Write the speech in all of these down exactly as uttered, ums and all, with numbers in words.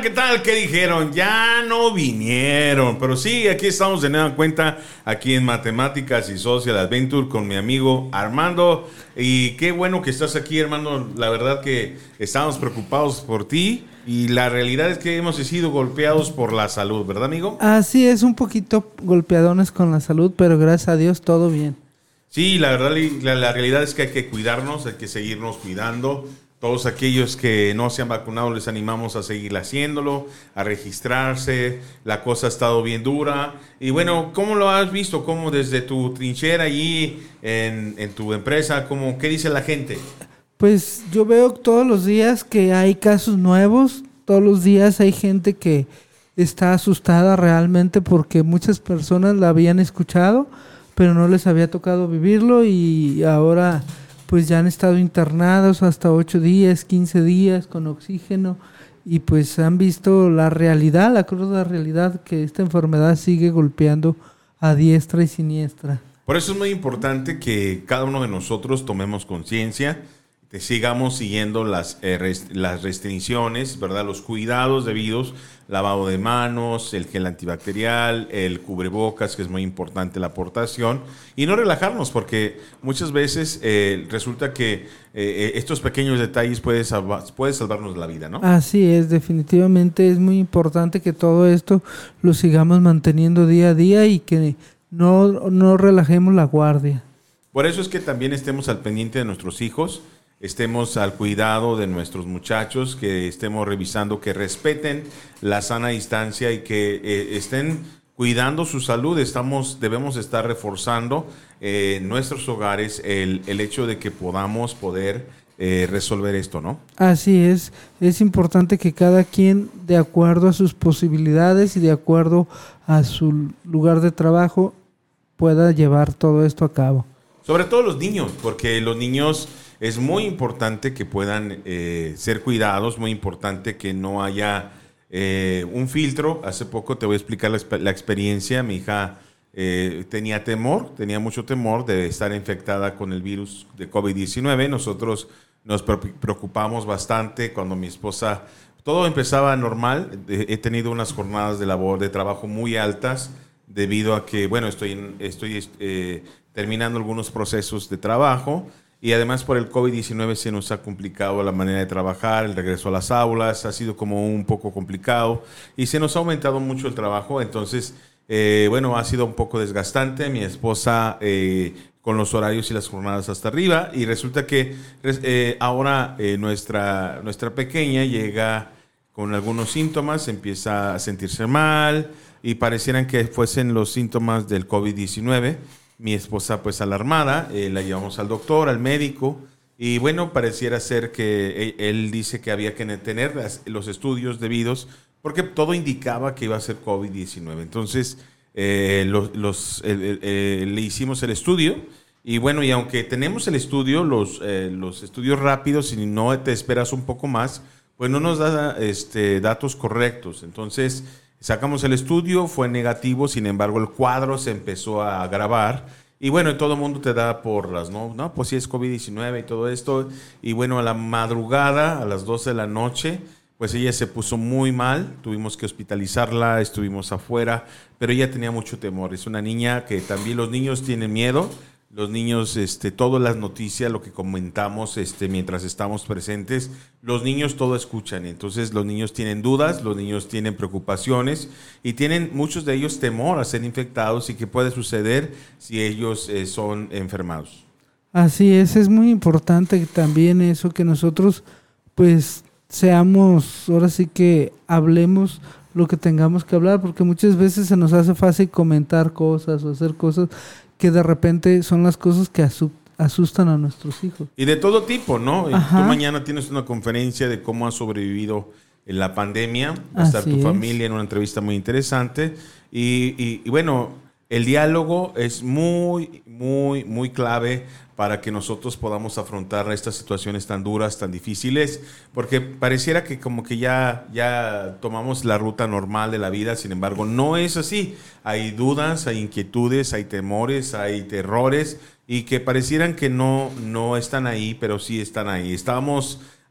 ¿Qué tal? ¿Qué dijeron? Ya no vinieron. Pero sí, aquí estamos de nueva cuenta, aquí en Matemáticas y Social Adventure con mi amigo Armando. Y qué bueno que estás aquí, Armando. La verdad que estamos preocupados por ti. Y la realidad es que hemos sido golpeados por la salud, ¿verdad, amigo? Así es, un poquito golpeadones con la salud, pero gracias a Dios todo bien. Sí, la verdad, la, la realidad es que hay que cuidarnos, hay que seguirnos cuidando. Todos aquellos que no se han vacunado les animamos a seguir haciéndolo, a registrarse. La cosa ha estado bien dura. Y bueno, ¿cómo lo has visto? ¿Cómo desde tu trinchera allí en, en tu empresa? ¿Cómo, qué dice la gente? Pues yo veo todos los días que hay casos nuevos. Todos los días hay gente que está asustada realmente porque muchas personas la habían escuchado, pero no les había tocado vivirlo y ahora pues ya han estado internados hasta ocho días, quince días con oxígeno y pues han visto la realidad, la cruda realidad que esta enfermedad sigue golpeando a diestra y siniestra. Por eso es muy importante que cada uno de nosotros tomemos conciencia, que sigamos siguiendo las, eh, rest- las restricciones, ¿verdad? Los cuidados debidos, lavado de manos, el gel antibacterial, el cubrebocas, que es muy importante la aportación, y no relajarnos, porque muchas veces eh, resulta que eh, estos pequeños detalles pueden salva- puede salvarnos la vida, ¿no? Así es, definitivamente es muy importante que todo esto lo sigamos manteniendo día a día y que no, no relajemos la guardia. Por eso es que también estemos al pendiente de nuestros hijos, estemos al cuidado de nuestros muchachos, que estemos revisando, que respeten la sana distancia y que eh, estén cuidando su salud. Estamos, debemos estar reforzando eh, en nuestros hogares el, el hecho de que podamos poder eh, resolver esto, ¿no? Así es, es importante que cada quien, de acuerdo a sus posibilidades y de acuerdo a su lugar de trabajo, pueda llevar todo esto a cabo. Sobre todo los niños, porque los niños es muy importante que puedan eh, ser cuidados, muy importante que no haya eh, un filtro. Hace poco te voy a explicar la, la experiencia. Mi hija eh, tenía temor, tenía mucho temor de estar infectada con el virus de COVID diecinueve. Nosotros nos preocupamos bastante cuando mi esposa, todo empezaba normal. He tenido unas jornadas de labor, de trabajo muy altas debido a que, bueno, estoy, estoy eh, terminando algunos procesos de trabajo. Y además por el COVID diecinueve se nos ha complicado la manera de trabajar, el regreso a las aulas, ha sido como un poco complicado y se nos ha aumentado mucho el trabajo. Entonces, eh, bueno, ha sido un poco desgastante. Mi esposa eh, con los horarios y las jornadas hasta arriba y resulta que eh, ahora eh, nuestra, nuestra pequeña llega con algunos síntomas, empieza a sentirse mal y parecieran que fuesen los síntomas del COVID diecinueve. Mi esposa pues alarmada, eh, la llevamos al doctor, al médico y bueno, pareciera ser que él, él dice que había que tener las, los estudios debidos porque todo indicaba que iba a ser COVID diecinueve. Entonces eh, los, los, eh, eh, le hicimos el estudio y bueno, y aunque tenemos el estudio, los, eh, los estudios rápidos, si no te esperas un poco más, pues no nos da este, datos correctos. Entonces sacamos el estudio, fue negativo, sin embargo el cuadro se empezó a agravar y bueno, todo el mundo te da porras, ¿no? No, pues sí es COVID diecinueve y todo esto. Y bueno, a la madrugada, a las doce de la noche, pues ella se puso muy mal, tuvimos que hospitalizarla, estuvimos afuera, pero ella tenía mucho temor. Es una niña que también los niños tienen miedo. Los niños, este, todas las noticias, lo que comentamos este, mientras estamos presentes, los niños todo escuchan. Entonces los niños tienen dudas, los niños tienen preocupaciones y tienen muchos de ellos temor a ser infectados y qué puede suceder si ellos eh, son enfermados. Así es, es muy importante también eso que nosotros pues seamos, ahora sí que hablemos lo que tengamos que hablar, porque muchas veces se nos hace fácil comentar cosas o hacer cosas que de repente son las cosas que asustan a nuestros hijos. Y de todo tipo, ¿no? Ajá. Tú mañana tienes una conferencia de cómo has sobrevivido en la pandemia. Va a estar Así tu es. familia en una entrevista muy interesante. Y, y, y bueno, el diálogo es muy, muy, muy clave para que nosotros podamos afrontar estas situaciones tan duras, tan difíciles, porque pareciera que como que ya, ya tomamos la ruta normal de la vida, sin embargo, no es así. Hay dudas, hay inquietudes, hay temores, hay terrores, y que parecieran que no, no están ahí, pero sí están ahí. Estábamos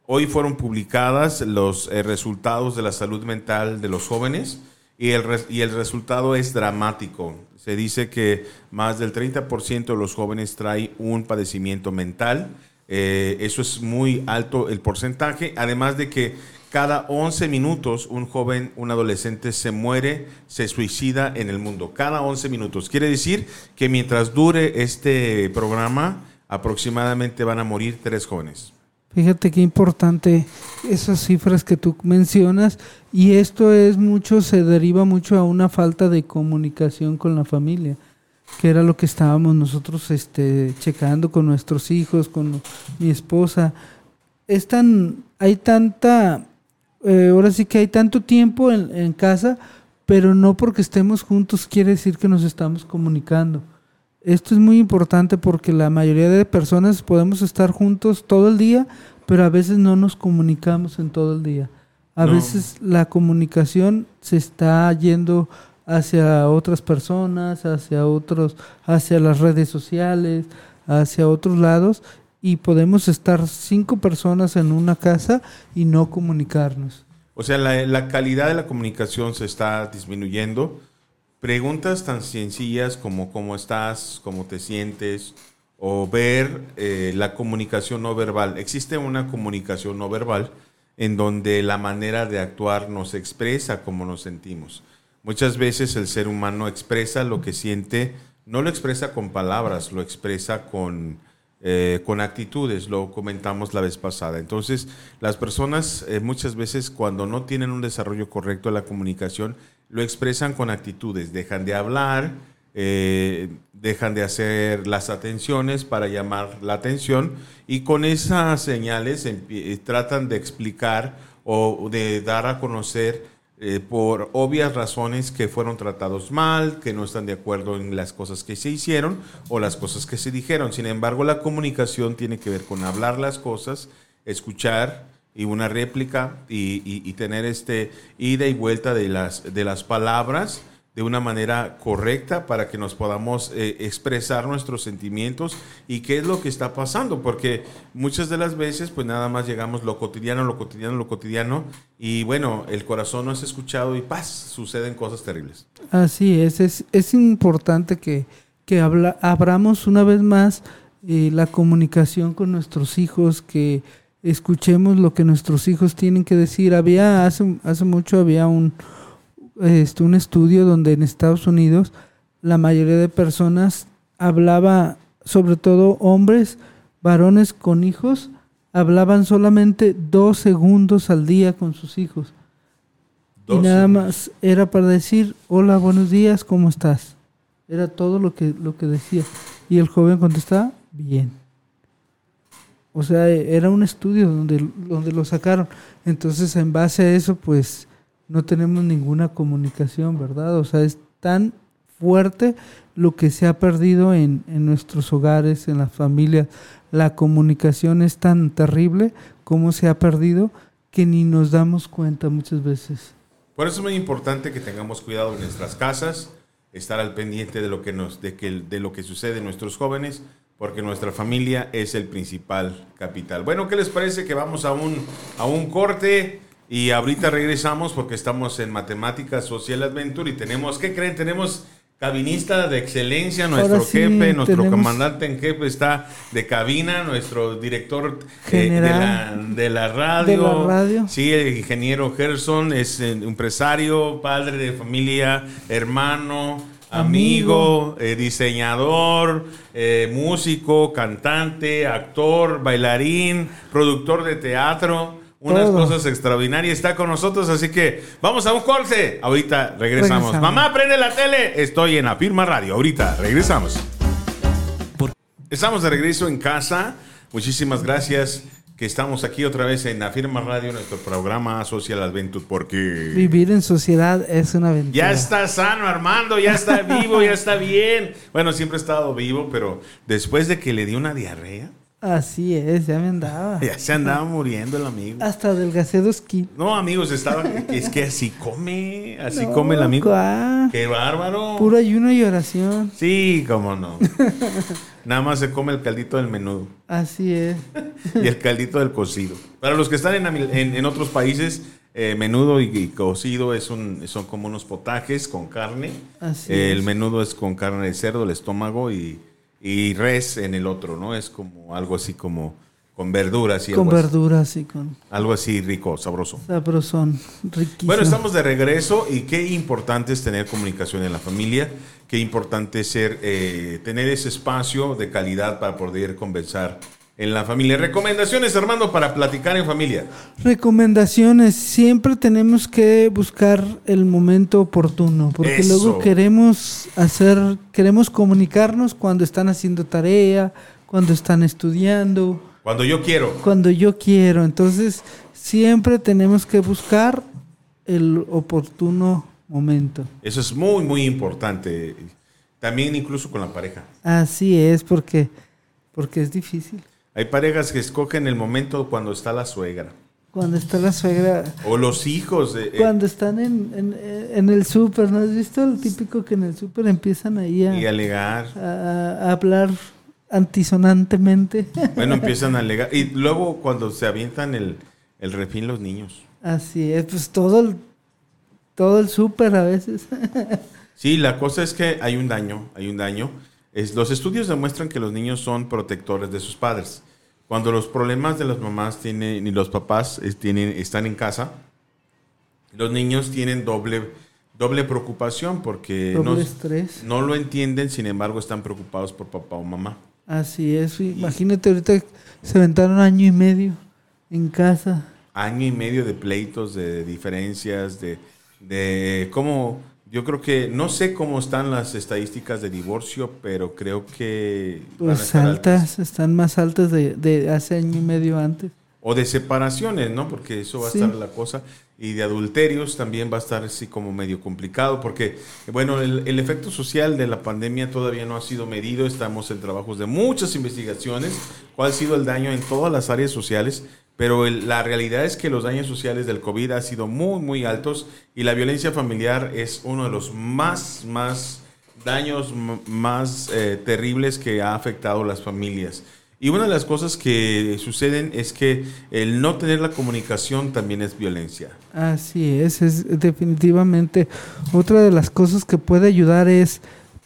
Hoy fueron publicadas los eh, resultados de la salud mental de los jóvenes y el, res- y el resultado es dramático. Se dice que más del treinta por ciento de los jóvenes trae un padecimiento mental. Eh, eso es muy alto el porcentaje, además de que cada once minutos un joven, un adolescente se muere, se suicida en el mundo. Cada once minutos. Quiere decir que mientras dure este programa, aproximadamente van a morir tres jóvenes. Fíjate qué importante esas cifras que tú mencionas, y esto es mucho, se deriva mucho a una falta de comunicación con la familia, que era lo que estábamos nosotros este, checando con nuestros hijos, con mi esposa. Es tan, hay tanta, eh, ahora sí que hay tanto tiempo en, en casa, pero no porque estemos juntos quiere decir que nos estamos comunicando. Esto es muy importante porque la mayoría de personas podemos estar juntos todo el día, pero a veces no nos comunicamos en todo el día. A No. veces la comunicación se está yendo hacia otras personas, hacia otros, hacia las redes sociales, hacia otros lados, y podemos estar cinco personas en una casa y no comunicarnos. O sea, la, la calidad de la comunicación se está disminuyendo. Preguntas tan sencillas como cómo estás, cómo te sientes, o ver eh, la comunicación no verbal. Existe una comunicación no verbal en donde la manera de actuar nos expresa cómo nos sentimos. Muchas veces el ser humano expresa lo que siente, no lo expresa con palabras, lo expresa con, eh, con actitudes, lo comentamos la vez pasada. Entonces, las personas eh, muchas veces cuando no tienen un desarrollo correcto de la comunicación, lo expresan con actitudes, dejan de hablar, eh, dejan de hacer las atenciones para llamar la atención y con esas señales empie- tratan de explicar o de dar a conocer eh, por obvias razones que fueron tratados mal, que no están de acuerdo en las cosas que se hicieron o las cosas que se dijeron. Sin embargo, la comunicación tiene que ver con hablar las cosas, escuchar y una réplica y, y, y tener este ida y vuelta de las, de las palabras de una manera correcta para que nos podamos eh, expresar nuestros sentimientos y qué es lo que está pasando, porque muchas de las veces pues nada más llegamos lo cotidiano, lo cotidiano, lo cotidiano y bueno, el corazón no es escuchado y ¡paz! Suceden cosas terribles. Así es, es, es importante que, que habla, abramos una vez más eh, la comunicación con nuestros hijos, que escuchemos lo que nuestros hijos tienen que decir. Había hace, hace mucho había un, este, un estudio donde en Estados Unidos la mayoría de personas hablaba, sobre todo hombres, varones con hijos, hablaban solamente dos segundos al día con sus hijos. Y nada más era para decir, hola, buenos días, ¿cómo estás? Era todo lo que, lo que decía. Y el joven contestaba, bien. O sea, era un estudio donde, donde lo sacaron. Entonces, en base a eso, pues, no tenemos ninguna comunicación, ¿verdad? O sea, es tan fuerte lo que se ha perdido en, en nuestros hogares, en las familias. La comunicación es tan terrible como se ha perdido que ni nos damos cuenta muchas veces. Por eso es muy importante que tengamos cuidado en nuestras casas, estar al pendiente de lo que nos, de que, de lo que sucede en nuestros jóvenes, porque nuestra familia es el principal capital. Bueno, ¿qué les parece que vamos a un, a un corte y ahorita regresamos porque estamos en Matemáticas Social Adventure y tenemos, ¿qué creen? Tenemos cabinista de excelencia, nuestro sí, jefe, nuestro tenemos... comandante en jefe está de cabina, nuestro director general eh, de, la, de la radio. De la radio. Sí, el ingeniero Gerson es eh, empresario, padre de familia, hermano, amigo, amigo eh, diseñador, eh, músico, cantante, actor, bailarín, productor de teatro. Unas Todo. Cosas extraordinarias. Está con nosotros, así que vamos a un corte. Ahorita regresamos. regresamos. Mamá, prende la tele. Estoy en Afirma Radio. Ahorita regresamos. Estamos de regreso en casa. Muchísimas gracias que estamos aquí otra vez en Afirma Radio, nuestro programa Social Adventure, porque vivir en sociedad es una aventura. Ya está sano, Armando, ya está vivo, ya está bien. Bueno, siempre ha estado vivo, pero después de que le dio una diarrea. Así es, ya me andaba. Ya se andaba muriendo el amigo. Hasta adelgacé dos kilos. No, amigos, estaba, es que así come, así no, come el amigo. ¿Cuál? ¡Qué bárbaro! Puro ayuno y oración. Sí, cómo no. Nada más se come el caldito del menudo. Así es. Y el caldito del cocido. Para los que están en, en, en otros países, eh, menudo y, y cocido es un, son como unos potajes con carne. Así eh, es. El menudo es con carne de cerdo, el estómago y, y res en el otro, ¿no? Es como algo así como con verduras y Con algo verduras y con así, algo así rico, sabroso. sabrosón, riquísimo. Bueno, estamos de regreso y qué importante es tener comunicación en la familia, qué importante es ser, eh, tener ese espacio de calidad para poder conversar en la familia. Recomendaciones, Armando, para platicar en familia. Recomendaciones. Siempre tenemos que buscar el momento oportuno, porque Eso. luego queremos hacer, queremos comunicarnos cuando están haciendo tarea, cuando están estudiando, Cuando yo quiero. cuando yo quiero. Entonces, siempre tenemos que buscar el oportuno momento. Eso es muy, muy importante. También incluso con la pareja. Así es, porque, porque es difícil. Hay parejas que escogen el momento cuando está la suegra. Cuando está la suegra, O los hijos. eh, eh, cuando están en, en, en el súper, ¿no has visto el típico que en el súper empiezan ahí a, y alegar. a- a hablar antisonantemente? Bueno, empiezan a alegar. Y luego cuando se avientan el, el refín los niños. Así es, pues todo el, todo el súper a veces. Sí, la cosa es que hay un daño, hay un daño. Es, los estudios demuestran que los niños son protectores de sus padres. Cuando los problemas de las mamás tienen y los papás es, tienen, están en casa, los niños tienen doble, doble preocupación porque Doble no, estrés. no lo entienden, sin embargo están preocupados por papá o mamá. Así es, imagínate ahorita se aventaron año y medio en casa. Año y medio de pleitos, de diferencias, de, de cómo... Yo creo que, no sé cómo están las estadísticas de divorcio, pero creo que... van a Pues estar altas, están más altas de, de hace año y medio antes. O de separaciones, ¿no? Porque eso va a Sí. estar la cosa. Y de adulterios también va a estar así como medio complicado, porque, bueno, el, el efecto social de la pandemia todavía no ha sido medido. Estamos en trabajos de muchas investigaciones. ¿Cuál ha sido el daño en todas las áreas sociales? Pero el- la realidad es que los daños sociales del COVID han sido muy, muy altos y la violencia familiar es uno de los más, más daños m- más eh, terribles que ha afectado a las familias. Y una de las cosas que suceden es que el no tener la comunicación también es violencia. Así es, es definitivamente otra de las cosas que puede ayudar es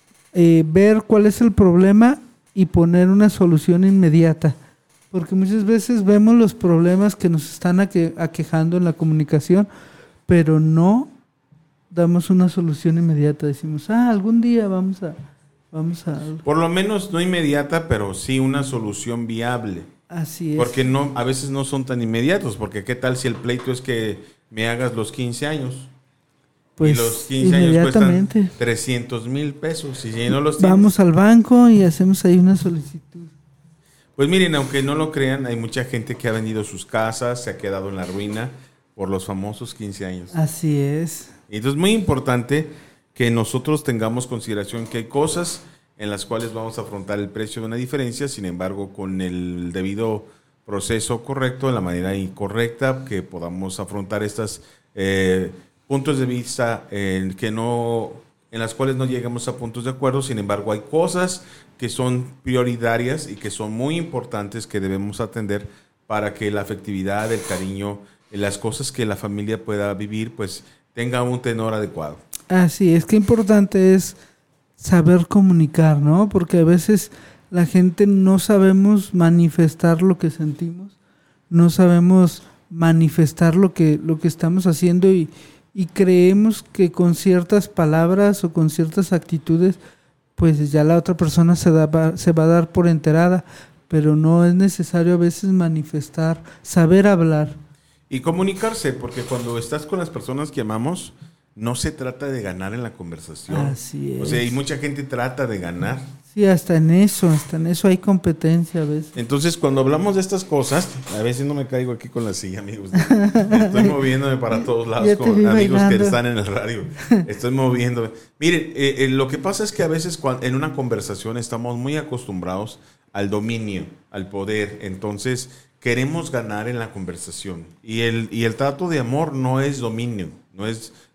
eh, ver cuál es el problema y poner una solución inmediata. Porque muchas veces vemos los problemas que nos están aque- aquejando en la comunicación, pero no damos una solución inmediata. Decimos, ah, algún día vamos a... Vamos a... Por lo menos no inmediata, pero sí una solución viable. Así es. Porque no, a veces no son tan inmediatos, porque qué tal si el pleito es que me hagas los quince años. Pues y los quince años cuestan inmediatamente. trescientos mil pesos. Y si no los tienes, Vamos al banco y hacemos ahí una solicitud. pues miren, aunque no lo crean, hay mucha gente que ha vendido sus casas, se ha quedado en la ruina por los famosos quince años. Así es. Y entonces es muy importante que nosotros tengamos consideración que hay cosas en las cuales vamos a afrontar el precio de una diferencia, sin embargo, con el debido proceso correcto, de la manera incorrecta, que podamos afrontar estos eh, puntos de vista en, que no, en las cuales no lleguemos a puntos de acuerdo. Sin embargo, hay cosas que son prioritarias y que son muy importantes que debemos atender para que la afectividad, el cariño, las cosas que la familia pueda vivir, pues tenga un tenor adecuado. Así es, que importante es saber comunicar, ¿no? Porque a veces la gente no sabemos manifestar lo que sentimos, no sabemos manifestar lo que, lo que estamos haciendo y, y creemos que con ciertas palabras o con ciertas actitudes, pues ya la otra persona se, da, va, se va a dar por enterada, pero no es necesario a veces manifestar, saber hablar. Y comunicarse, porque cuando estás con las personas que amamos, no se trata de ganar en la conversación. Así es. O sea, y mucha gente trata de ganar. Sí, hasta en eso, hasta en eso hay competencia a veces. Entonces, cuando hablamos de estas cosas, a veces no me caigo aquí con la silla, amigos. Estoy moviéndome para todos lados Ya te con vi amigos bailando. que están en el radio. Estoy moviéndome. Miren, eh, eh, lo que pasa es que a veces cuan- en una conversación estamos muy acostumbrados al dominio, al poder. Entonces, queremos ganar en la conversación. Y el, y el trato de amor no es dominio, no es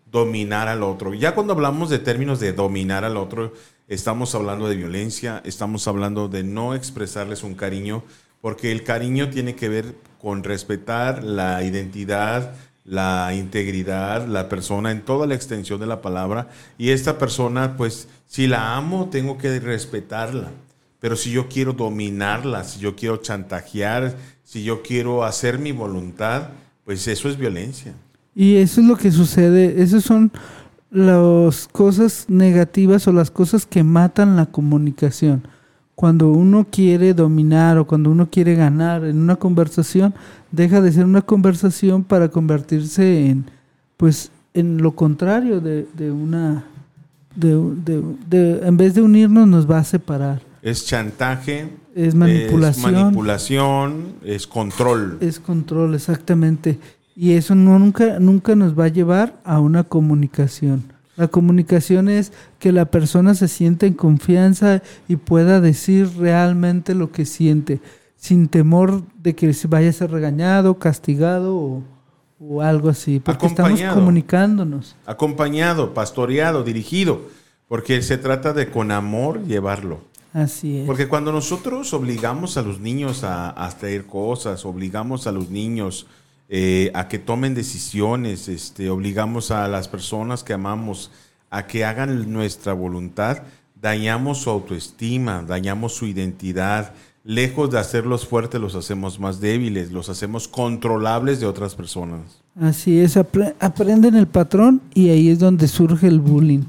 dominar al otro. Ya cuando hablamos de términos de dominar al otro, estamos hablando de violencia, estamos hablando de no expresarles un cariño, porque el cariño tiene que ver con respetar la identidad, la integridad, la persona en toda la extensión de la palabra. Y esta persona, pues, si la amo, tengo que respetarla. Pero si yo quiero dominarla, si yo quiero chantajear, si yo quiero hacer mi voluntad, pues eso es violencia. Y eso es lo que sucede, esas son las cosas negativas o las cosas que matan la comunicación. Cuando uno quiere dominar o cuando uno quiere ganar en una conversación, deja de ser una conversación para convertirse en, pues, en lo contrario de, de una, de, de, de, en vez de unirnos nos va a separar. Es chantaje, es manipulación, es manipulación, es control. Es control, exactamente. Y eso no, nunca, nunca nos va a llevar a una comunicación. La comunicación es que la persona se sienta en confianza y pueda decir realmente lo que siente, sin temor de que se vaya a ser regañado, castigado o, o algo así, porque estamos comunicándonos. Acompañado, pastoreado, dirigido, porque se trata de con amor llevarlo. Así es. Porque cuando nosotros obligamos a los niños a, a hacer cosas, obligamos a los niños Eh, a que tomen decisiones, este, obligamos a las personas que amamos a que hagan nuestra voluntad, dañamos su autoestima, dañamos su identidad. Lejos de hacerlos fuertes, los hacemos más débiles, los hacemos controlables de otras personas. Así es, apre- aprenden el patrón y ahí es donde surge el bullying.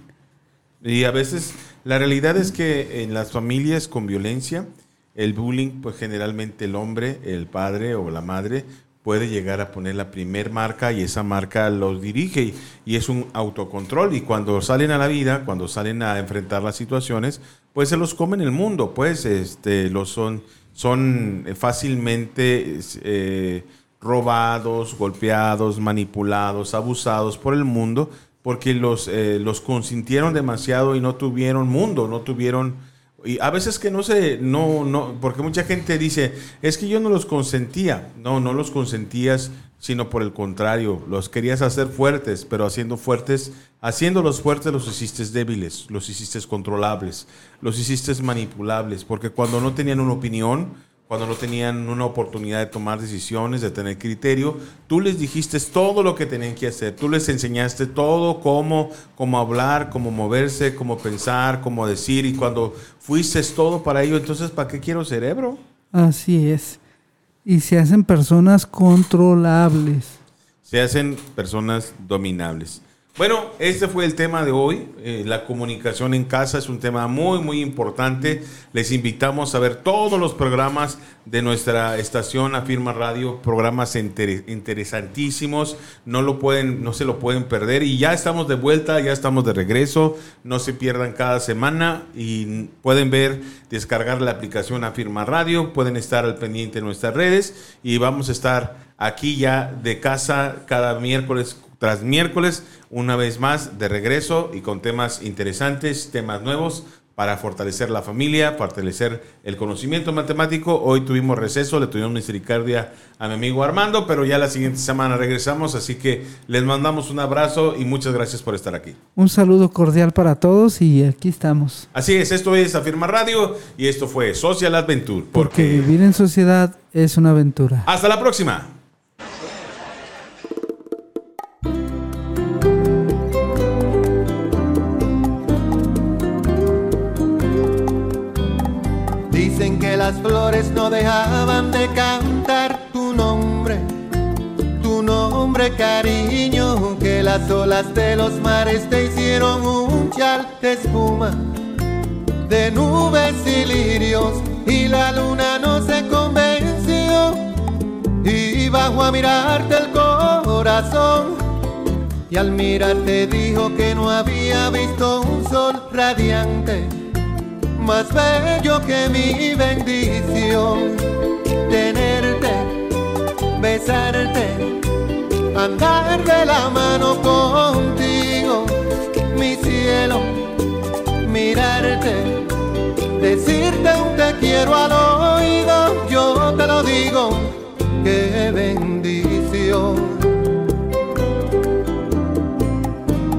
Y a veces la realidad es que en las familias con violencia, el bullying, pues generalmente el hombre, el padre o la madre, puede llegar a poner la primer marca y esa marca los dirige y, y es un autocontrol, y cuando salen a la vida, cuando salen a enfrentar las situaciones, pues se los comen el mundo, pues este, los son, son fácilmente eh, robados, golpeados, manipulados, abusados por el mundo, porque los, eh, los consintieron demasiado y no tuvieron mundo, no tuvieron. Y a veces que no sé, no, no, porque mucha gente dice, es que yo no los consentía. No, no los consentías, sino por el contrario, los querías hacer fuertes, pero haciendo fuertes, haciéndolos fuertes los hiciste débiles, los hiciste controlables, los hiciste manipulables, porque cuando no tenían una opinión, cuando no tenían una oportunidad de tomar decisiones, de tener criterio, tú les dijiste todo lo que tenían que hacer, tú les enseñaste todo, cómo, cómo hablar, cómo moverse, cómo pensar, cómo decir, y cuando fuiste todo para ello, entonces ¿para qué quiero cerebro? Así es, y se hacen personas controlables. Se hacen personas dominables. Bueno, este fue el tema de hoy. Eh, la comunicación en casa es un tema muy, muy importante. Les invitamos a ver todos los programas de nuestra estación Afirma Radio, programas inter- interesantísimos. No lo pueden, no se lo pueden perder. Y ya estamos de vuelta, ya estamos de regreso. No se pierdan cada semana y pueden ver, descargar la aplicación Afirma Radio. Pueden estar al pendiente de nuestras redes y vamos a estar aquí ya de casa cada miércoles tras miércoles, una vez más de regreso y con temas interesantes, temas nuevos para fortalecer la familia, fortalecer el conocimiento matemático. Hoy tuvimos receso, le tuvimos misericordia a mi amigo Armando, pero ya la siguiente semana regresamos, así que les mandamos un abrazo y muchas gracias por estar aquí. Un saludo cordial para todos y aquí estamos. Así es, esto es Afirma Radio y esto fue Social Adventure. Porque, porque vivir en sociedad es una aventura. Hasta la próxima. Dicen que las flores no dejaban de cantar tu nombre, tu nombre, cariño, que las olas de los mares te hicieron un chal de espuma, de nubes y lirios, y la luna no se convenció, y bajó a mirarte el corazón, y al mirarte dijo que no había visto un sol radiante, más bello que mi bendición, tenerte, besarte, andar de la mano contigo, mi cielo, mirarte, decirte un te quiero al oído, yo te lo digo, qué bendición.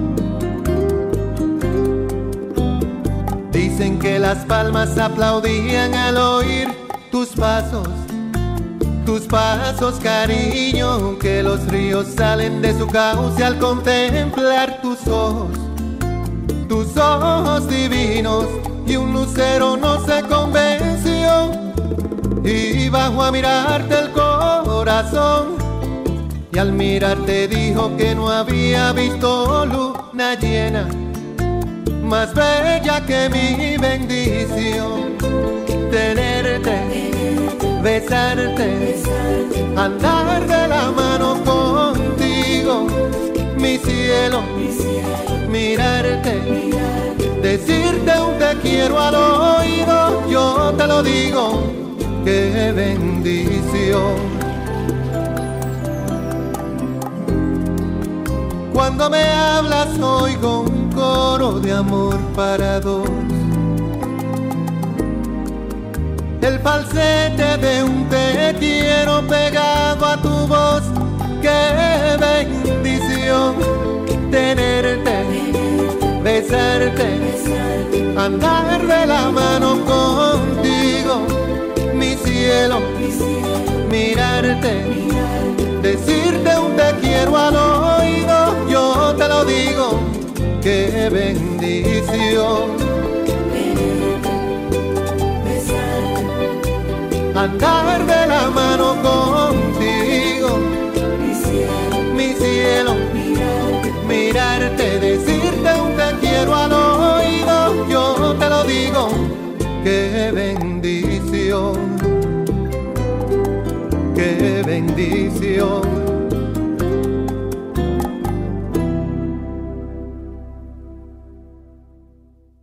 Dicen que las palmas aplaudían al oír tus pasos, tus pasos, cariño, que los ríos salen de su cauce al contemplar tus ojos, tus ojos divinos, y un lucero no se convenció y bajó a mirarte el corazón, y al mirarte dijo que no había visto luna llena más bella que mi bendición. Tenerte, besarte, andar de la mano contigo, mi cielo, mirarte, decirte un te quiero al oído, yo te lo digo, qué bendición. Cuando me hablas oigo un coro de amor para dos, el falsete de un te quiero pegado a tu voz, qué bendición. Tenerte, besarte, andar de la mano contigo, mi cielo, mirarte, decirte un te quiero al oído, yo te lo digo, qué bendición. Andar de la mano contigo,